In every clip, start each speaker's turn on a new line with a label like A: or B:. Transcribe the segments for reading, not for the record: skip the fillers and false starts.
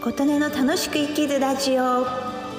A: 琴音の楽しく生きるラジオ。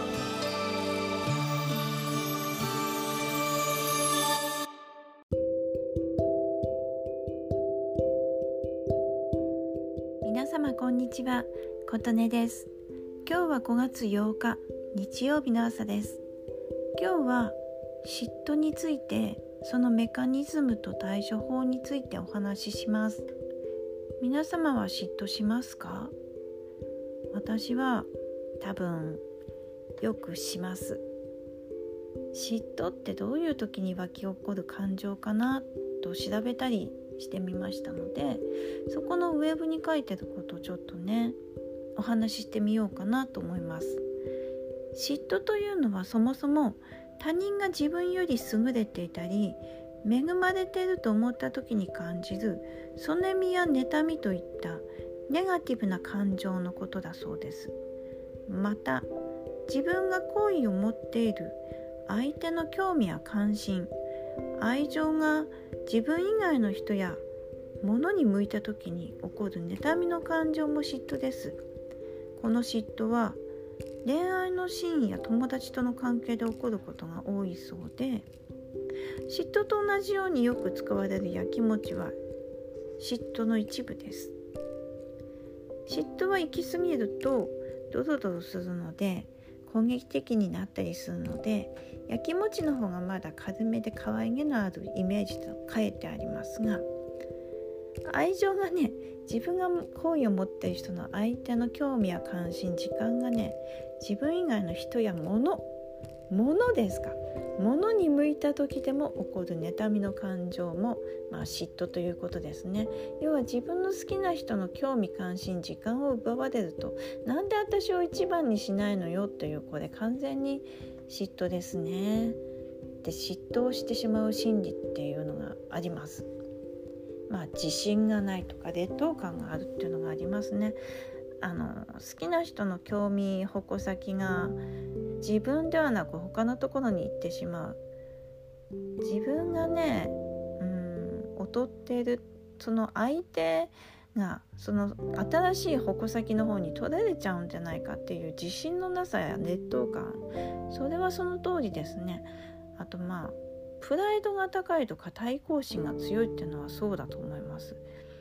A: 皆様こんにちは、琴音です。今日は5月8日日曜日の朝です。今日は嫉妬について、そのメカニズムと対処法についてお話しします。皆様は嫉妬しますか？私は多分よくします。嫉妬ってどういう時に湧き起こる感情かなと調べたりしてみましたので、そこのウェブに書いてることをちょっとねお話ししてみようかなと思います。嫉妬というのはそもそも他人が自分より優れていたり恵まれていると思った時に感じるそねみや妬みといったネガティブな感情のことだそうです。また自分が好意を持っている相手の興味や関心、愛情が自分以外の人や物に向いた時に起こる妬みの感情も嫉妬です。この嫉妬は恋愛のシーンや友達との関係で起こることが多いそうで、嫉妬と同じようによく使われるやきもちは嫉妬の一部です。嫉妬は行き過ぎるとドロドロするので攻撃的になったりするので、やきもちの方がまだ軽めで可愛げのあるイメージと書いてありますが、愛情がね、自分が好意を持っている人の相手の興味や関心、時間がね、自分以外の人や物ですか、物に向いた時でも起こる妬みの感情も、嫉妬ということですね。要は自分の好きな人の興味関心、時間を奪われると、なんで私を一番にしないのよという、これ完全に嫉妬ですね。で、嫉妬をしてしまう心理っていうのがあります。自信がないとか劣等感があるっていうのがありますね。好きな人の興味矛先が自分ではなく他のところに行ってしまう。自分がね、劣っているその相手がその新しい矛先の方に取られちゃうんじゃないかっていう自信のなさや劣等感、それはその通りですね。あとプライドが高いとか対抗心が強いっていうのはそうだと思います。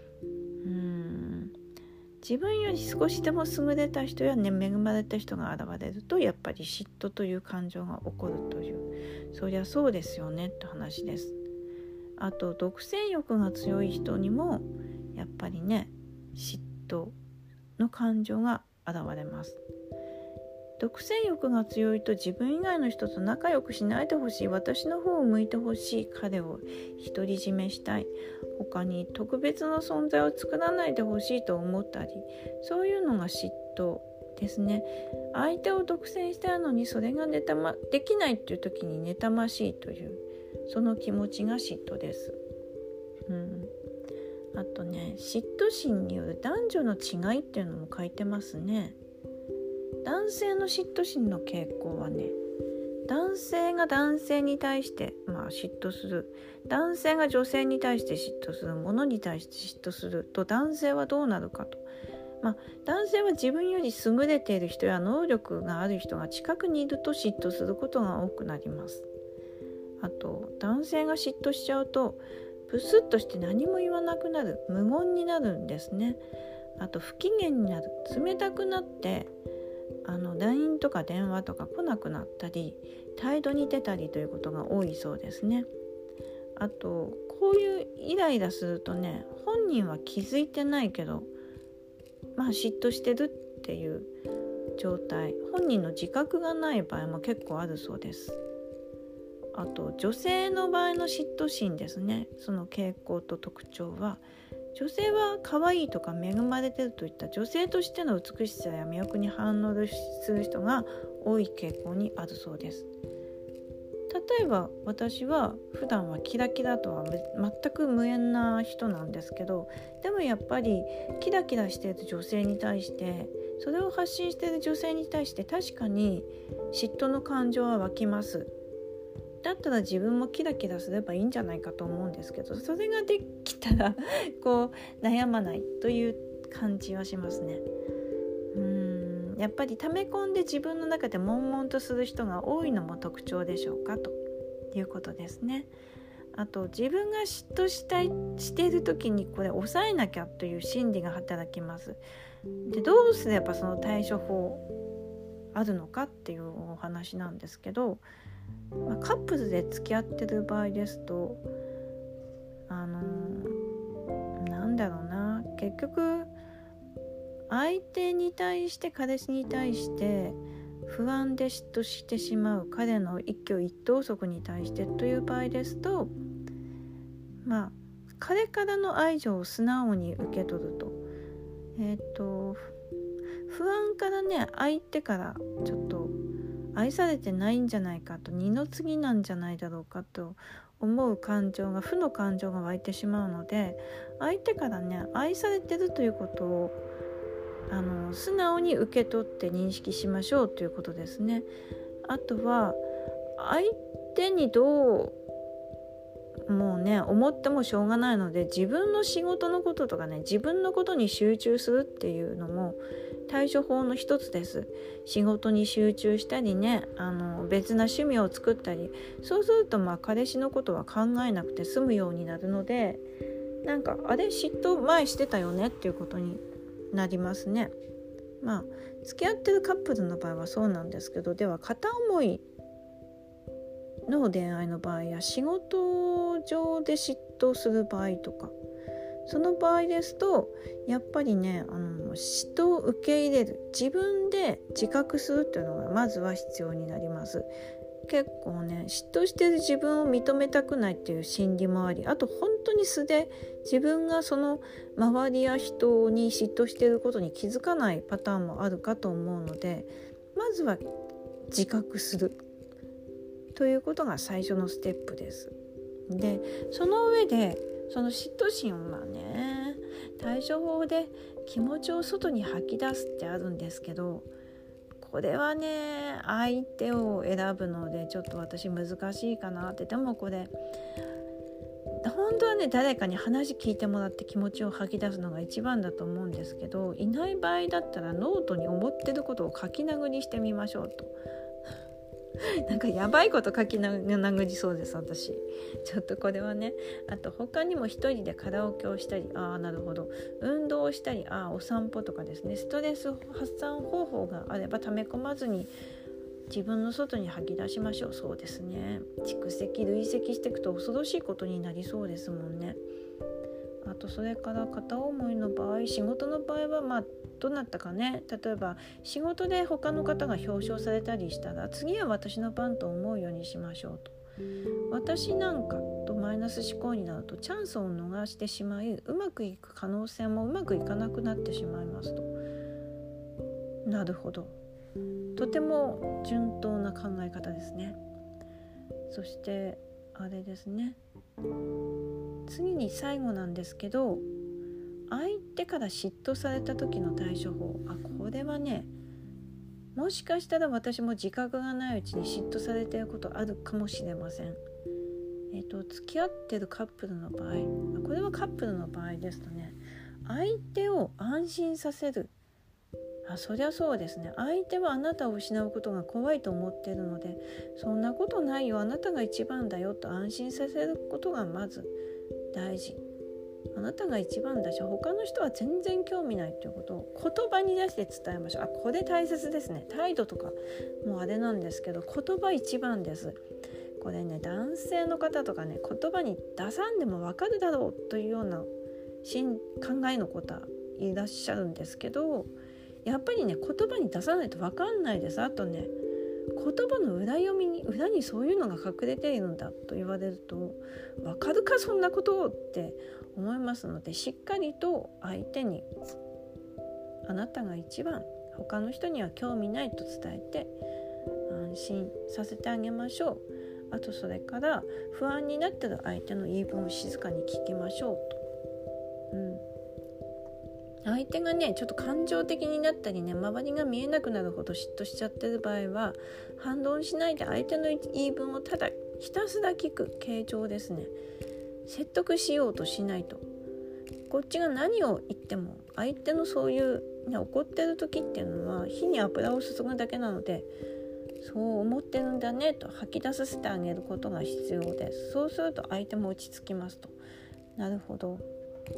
A: 自分より少しでも優れた人や、恵まれた人が現れるとやっぱり嫉妬という感情が起こるという、そりゃそうですよねって話です。あと独占欲が強い人にもやっぱりね、嫉妬の感情が現れます。独占欲が強いと自分以外の人と仲良くしないでほしい、私の方を向いてほしい、彼を独り占めしたい、他に特別な存在を作らないでほしいと思ったり、そういうのが嫉妬ですね。相手を独占したいのにそれができないっていう時に妬ましいという、その気持ちが嫉妬です。あとね、嫉妬心による男女の違いっていうのも書いてますね。男性の嫉妬心の傾向はね、男性が男性に対して嫉妬する、男性が女性に対して嫉妬する、物に対して嫉妬すると男性はどうなるかと、男性は自分より優れている人や能力がある人が近くにいると嫉妬することが多くなります。あと男性が嫉妬しちゃうとブスッとして何も言わなくなる、無言になるんですね。あと不機嫌になる、冷たくなってLINE とか電話とか来なくなったり、態度に出たりということが多いそうですね。あとこういうイライラするとね、本人は気づいてないけど嫉妬してるっていう状態、本人の自覚がない場合も結構あるそうです。あと女性の場合の嫉妬心ですね。その傾向と特徴は、女性は可愛いとか恵まれてるといった女性としての美しさや魅力に反応する人が多い傾向にあるそうです。例えば私は普段はキラキラとは全く無縁な人なんですけど、でもやっぱりキラキラしている女性に対して、それを発信している女性に対して確かに嫉妬の感情は湧きます。だったら自分もキラキラすればいいんじゃないかと思うんですけど、それができたら悩まないという感じはしますね。 やっぱり溜め込んで自分の中で悶々とする人が多いのも特徴でしょうかということですね。あと自分が嫉妬している時にこれ抑えなきゃという心理が働きます。でどうすればその対処法あるのかっていうお話なんですけど、カップルで付き合ってる場合ですとなんだろうな、結局相手に対して彼氏に対して不安で嫉妬してしまう彼の一挙一投足に対してという場合ですと、彼からの愛情を素直に受け取ると、不安からね、相手からちょっと愛されてないんじゃないかと、二の次なんじゃないだろうかと思う感情が、負の感情が湧いてしまうので、相手からね、愛されてるということを素直に受け取って認識しましょうということですね。あとは相手にどうもうね思ってもしょうがないので、自分の仕事のこととかね、自分のことに集中するっていうのも対処法の一つです。仕事に集中したりね、別な趣味を作ったり、そうすると彼氏のことは考えなくて済むようになるので、あれ嫉妬前してたよねっていうことになりますね。付き合ってるカップルの場合はそうなんですけど、では片思いの恋愛の場合や仕事上で嫉妬する場合とか、その場合ですとやっぱりね、嫉妬を受け入れる、自分で自覚するっていうのがまずは必要になります。結構ね、嫉妬してる自分を認めたくないっていう心理もあり、あと本当に素で自分がその周りや人に嫉妬していることに気づかないパターンもあるかと思うので、まずは自覚するということが最初のステップです。でその上でその嫉妬心を対処法で気持ちを外に吐き出すってあるんですけど、これはね相手を選ぶのでちょっと私難しいかなって。でもこれ本当はね、誰かに話聞いてもらって気持ちを吐き出すのが一番だと思うんですけど、いない場合だったらノートに思ってることを書き殴りしてみましょうと。やばいこと書き殴りそうです私。ちょっとこれはね、あと他にも一人でカラオケをしたり、なるほど、運動をしたり、お散歩とかですね、ストレス発散方法があれば溜め込まずに自分の外に吐き出しましょう。そうですね、蓄積累積していくと恐ろしいことになりそうですもんね。あとそれから片思いの場合、仕事の場合はどうなったかね、例えば仕事で他の方が表彰されたりしたら、次は私の番と思うようにしましょうと。私なんかとマイナス思考になるとチャンスを逃してしまい、うまくいく可能性もうまくいかなくなってしまいますと。なるほど、とても順当な考え方ですね。そしてあれですね、次に最後なんですけど、相手から嫉妬された時の対処法、これはね、もしかしたら私も自覚がないうちに嫉妬されていることあるかもしれません。付き合ってるカップルの場合、これはカップルの場合ですとね、相手を安心させる。そりゃそうですね、相手はあなたを失うことが怖いと思っているので、そんなことないよ、あなたが一番だよと安心させることがまず大事。あなたが一番だし、他の人は全然興味ないということを言葉に出して伝えましょう。これ大切ですね。態度とかもうあれなんですけど、言葉一番です。これね、男性の方とかね、言葉に出さんでも分かるだろうというような考えの方いらっしゃるんですけど、やっぱりね、言葉に出さないと分かんないです。あとね、言葉の裏読みに裏にそういうのが隠れているんだと言われると、分かるかそんなことをって思いますので、しっかりと相手にあなたが一番、他の人には興味ないと伝えて安心させてあげましょう。あとそれから不安になっている相手の言い分を静かに聞きましょうと。相手がねちょっと感情的になったりね、周りが見えなくなるほど嫉妬しちゃってる場合は、反論しないで相手の言い分をただひたすら聞く、傾聴ですね。説得しようとしないと。こっちが何を言っても相手のそういう怒ってる時っていうのは火に油を注ぐだけなので、そう思ってるんだねと吐き出させてあげることが必要です。そうすると相手も落ち着きますと。なるほど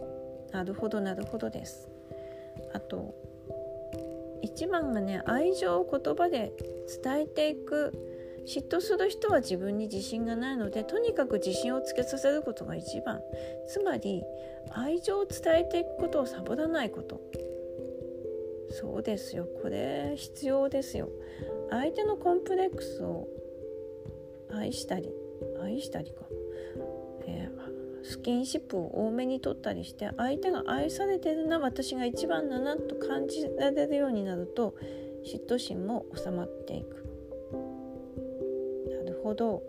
A: です。あと一番がね、愛情を言葉で伝えていく。嫉妬する人は自分に自信がないので、とにかく自信をつけさせることが一番。つまり愛情を伝えていくことをサボらないこと。そうですよ、これ必要ですよ。相手のコンプレックスを愛したりか、スキンシップを多めに取ったりして、相手が愛されてるな、私が一番だなと感じられるようになると、嫉妬心も収まっていく。なるほど。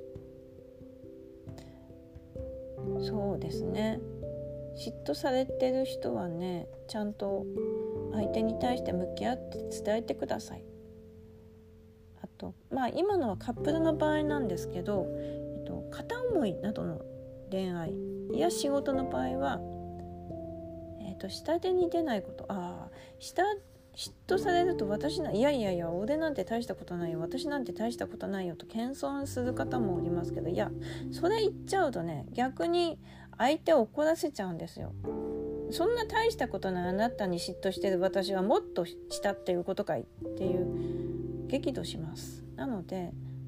A: そうですね、嫉妬されてる人はね、ちゃんと相手に対して向き合って伝えてください。あと今のはカップルの場合なんですけど、片思いなどの恋愛や仕事の場合は、下手に出ないこと。嫉妬されると、いや俺なんて大したことないよ、私なんて大したことないよと謙遜する方もおりますけど、それ言っちゃうとね、逆に相手を怒らせちゃうんですよ。そんな大したことないあなたに嫉妬してる私はもっとしたっていうことかいっていう激怒します。なので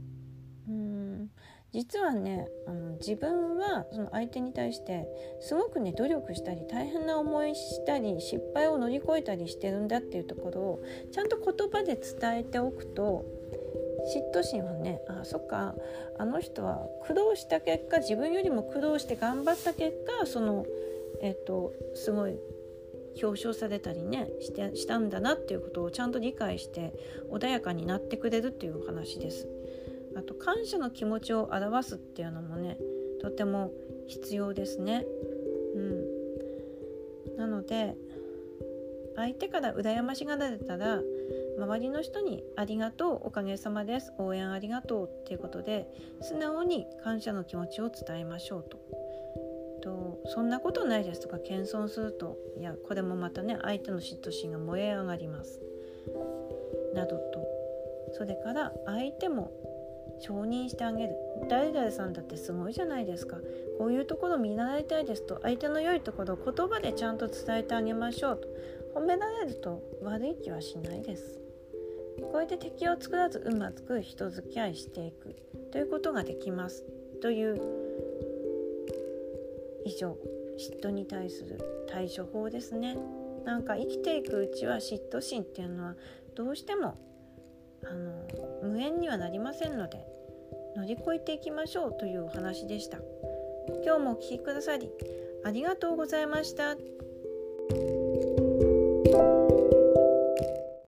A: 実はね、自分はその相手に対してすごくね努力したり大変な思いしたり失敗を乗り越えたりしてるんだっていうところをちゃんと言葉で伝えておくと、嫉妬心はね、そっか、あの人は苦労した結果、自分よりも苦労して頑張った結果、すごい表彰されたりねしたんだなっていうことをちゃんと理解して穏やかになってくれるっていうお話です。あと感謝の気持ちを表すっていうのもね、とても必要ですね。なので相手から羨ましがられたら、周りの人にありがとう、おかげさまです、応援ありがとうっていうことで素直に感謝の気持ちを伝えましょうと。そんなことないですとか謙遜すると、これもまたね相手の嫉妬心が燃え上がりますなどと、それから相手も承認してあげる。誰々さんだってすごいじゃないですか、こういうところ見習いたいですと、相手の良いところを言葉でちゃんと伝えてあげましょうと。褒められると悪い気はしないです。これで敵を作らずうまく人付き合いしていくということができますという以上、嫉妬に対する対処法ですね。生きていくうちは嫉妬心っていうのはどうしても無縁にはなりませんので、乗り越えていきましょうというお話でした。今日もお聞きくださりありがとうございました。